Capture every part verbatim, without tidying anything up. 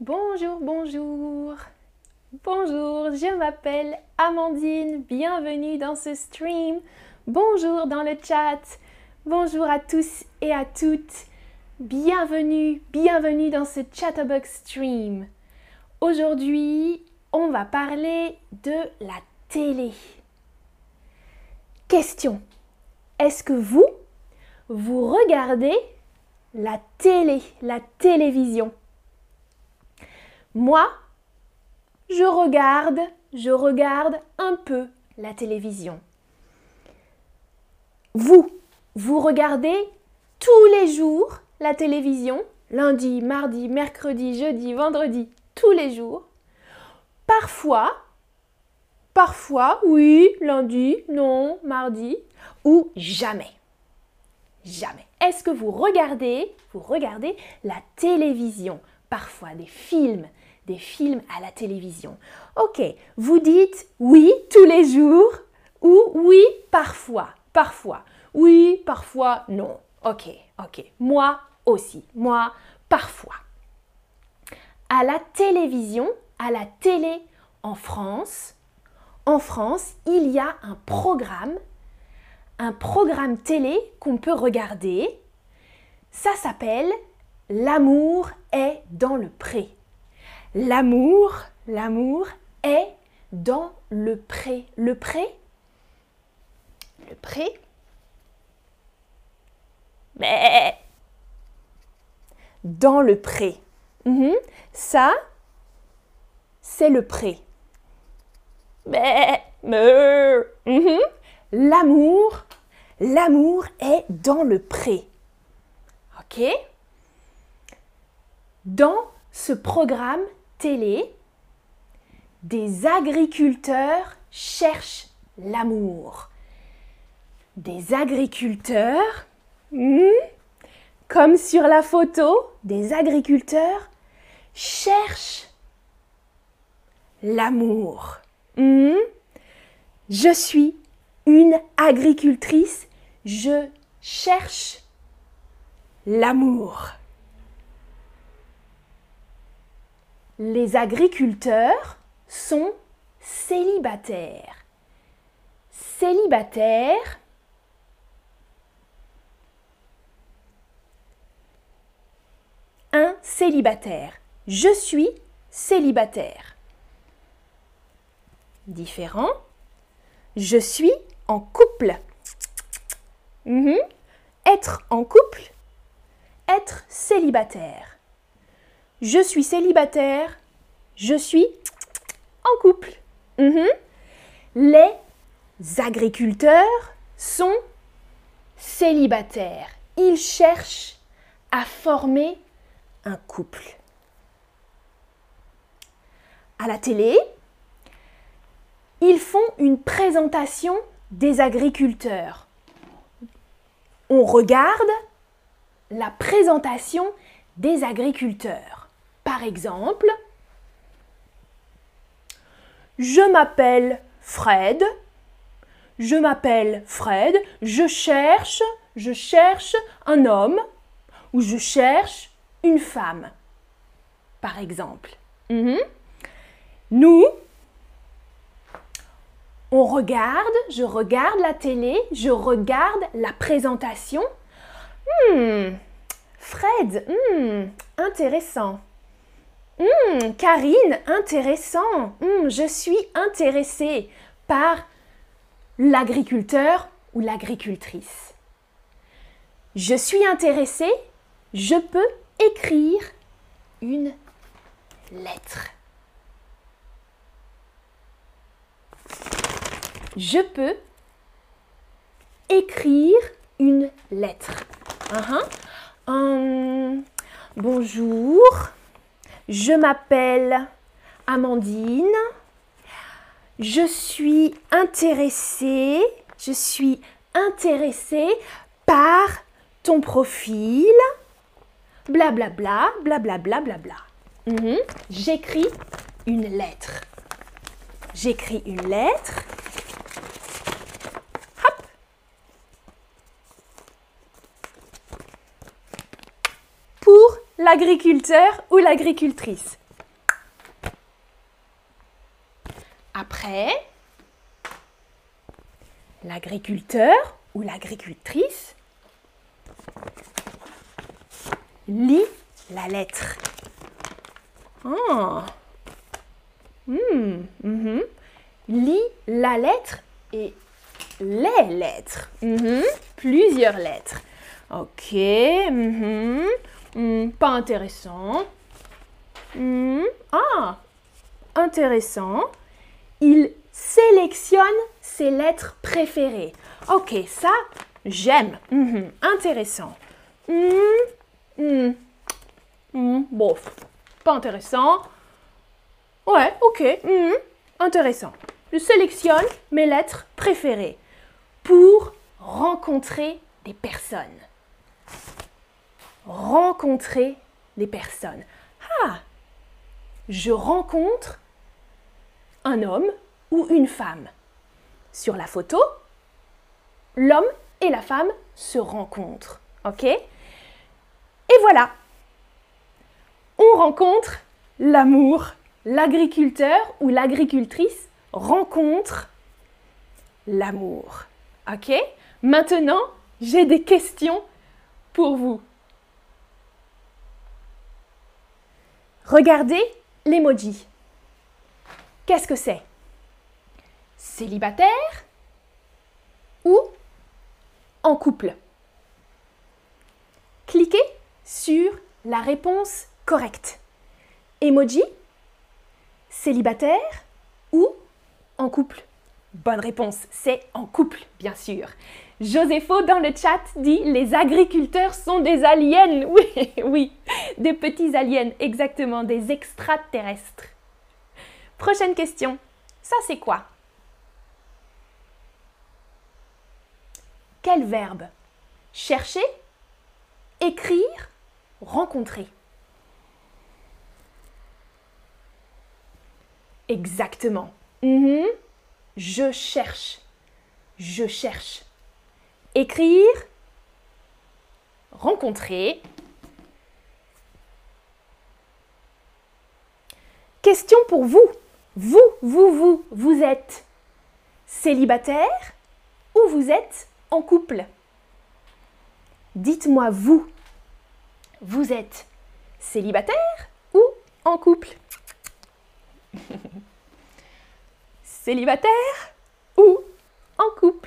Bonjour, bonjour. Bonjour, je m'appelle Amandine. Bienvenue dans ce stream. Bonjour dans le chat. Bonjour à tous et à toutes. Bienvenue, bienvenue dans ce Chatterbox stream. Aujourd'hui, on va parler de la télé. Question. Est-ce que vous, vous regardez la télé, la télévision? Moi, je regarde, je regarde un peu la télévision. Vous, vous regardez tous les jours la télévision, lundi, mardi, mercredi, jeudi, vendredi, tous les jours. Parfois, parfois, oui, lundi, non, mardi, ou jamais. Jamais. Est-ce que vous regardez, vous regardez la télévision? Parfois des films, des films à la télévision. Ok, vous dites oui tous les jours ou oui parfois, parfois. Oui, parfois, non. Ok, ok. Moi aussi, moi parfois. À la télévision, à la télé en France, en France, il y a un programme, un programme télé qu'on peut regarder. Ça s'appelle L'amour est dans le pré. L'amour, l'amour est dans le pré. Le pré? Le pré? Mais dans le pré. Mm-hmm. Ça, c'est le pré. Mais, me. Mm-hmm. L'amour, l'amour est dans le pré. Ok? Dans ce programme télé, des agriculteurs cherchent l'amour. Des agriculteurs, hmm, comme sur la photo, des agriculteurs cherchent l'amour. Hmm. Je suis une agricultrice, je cherche l'amour. Les agriculteurs sont célibataires. Célibataire. Un célibataire. Je suis célibataire. Différent. Je suis en couple. Mm-hmm. Être en couple. Être célibataire. Je suis célibataire, je suis en couple. Mm-hmm. Les agriculteurs sont célibataires. Ils cherchent à former un couple. À la télé, ils font une présentation des agriculteurs. On regarde la présentation des agriculteurs. Par exemple, je m'appelle Fred, je m'appelle Fred, je cherche, je cherche un homme ou je cherche une femme, par exemple. Mm-hmm. Nous, on regarde, je regarde la télé, je regarde la présentation. Hmm, Fred, hmm, intéressant. Hum, Karine, intéressant. Hum, je suis intéressée par l'agriculteur ou l'agricultrice. Je suis intéressée, je peux écrire une lettre. Je peux écrire une lettre. Uh-huh. Hum, bonjour. Je m'appelle Amandine, je suis intéressée, je suis intéressée par ton profil, blablabla, blablabla, blabla. Mm-hmm. J'écris une lettre. J'écris une lettre. Hop. Pour l'agriculteur ou l'agricultrice. Après, l'agriculteur ou l'agricultrice lit la lettre. Oh. Mmh, mmh. Lit la lettre et les lettres. Mmh. Plusieurs lettres. Ok. Mmh. Mmh. Pas intéressant. Mmh. Ah, intéressant. Il sélectionne ses lettres préférées. Ok, ça, j'aime. Mmh. Intéressant. Mmh. Mmh. Mmh. Bon, pas intéressant. Ouais, ok. Mmh. Intéressant. Je sélectionne mes lettres préférées pour rencontrer des personnes. Rencontrer des personnes. Ah, je rencontre un homme ou une femme. Sur la photo, l'homme et la femme se rencontrent. Ok? Et voilà. On rencontre l'amour. L'agriculteur ou l'agricultrice rencontre l'amour. Ok? Maintenant, j'ai des questions pour vous. Regardez l'emoji. Qu'est-ce que c'est? Célibataire ou en couple? Cliquez sur la réponse correcte. Emoji, célibataire ou en couple? Bonne réponse, c'est en couple, bien sûr. Josépho dans le chat dit « Les agriculteurs sont des aliens ». Oui, oui, des petits aliens, exactement, des extraterrestres. Prochaine question. Ça, c'est quoi? Quel verbe? Chercher, écrire, rencontrer. Exactement. Mmh. Je cherche. Je cherche. Écrire, rencontrer. Question pour vous. Vous, vous, vous, vous êtes célibataire ou vous êtes en couple? Dites-moi vous. Vous êtes célibataire ou en couple? Célibataire ou en couple?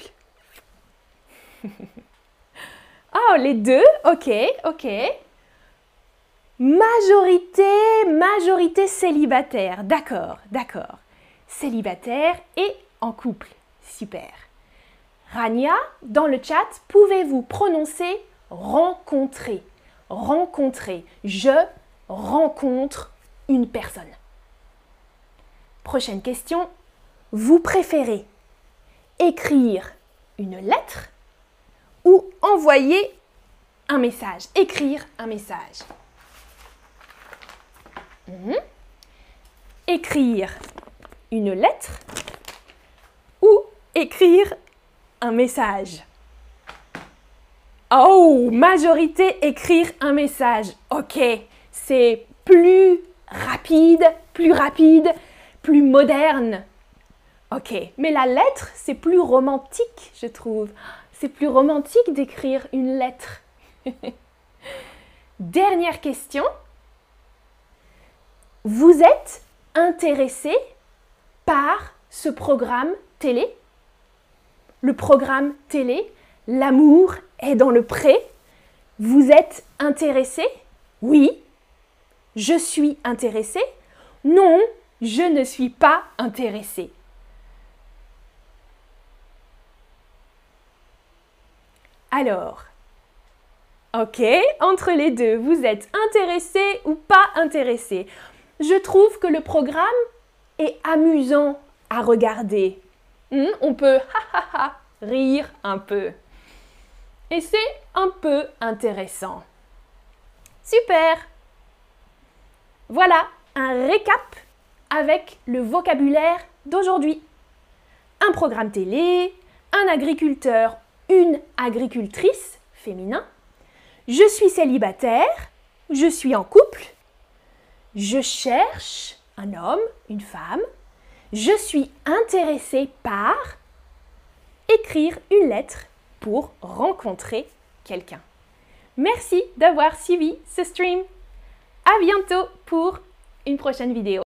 Oh, les deux, ok, ok. Majorité, majorité célibataire, d'accord, d'accord. Célibataire et en couple, super. Rania, dans le chat, pouvez-vous prononcer rencontrer? Rencontrer, je rencontre une personne. Prochaine question, vous préférez écrire une lettre ou envoyer un message? Écrire un message. Mmh. Écrire une lettre ou écrire un message? Oh, majorité écrire un message. Ok, c'est plus rapide, plus rapide, plus moderne. Ok, mais la lettre, c'est plus romantique, je trouve. C'est plus romantique d'écrire une lettre. Dernière question. Vous êtes intéressé par ce programme télé? Le programme télé, L'amour est dans le pré. Vous êtes intéressé? Oui. Je suis intéressé? Non, je ne suis pas intéressé. Alors, ok, entre les deux, vous êtes intéressé ou pas intéressé? Je trouve que le programme est amusant à regarder. Hmm, on peut ha, ha, ha, rire un peu. Et c'est un peu intéressant. Super! Voilà un récap avec le vocabulaire d'aujourd'hui. Un programme télé, un agriculteur, une agricultrice féminin. Je suis célibataire, je suis en couple. Je cherche un homme, une femme. Je suis intéressé par écrire une lettre pour rencontrer quelqu'un. Merci d'avoir suivi ce stream. À bientôt pour une prochaine vidéo.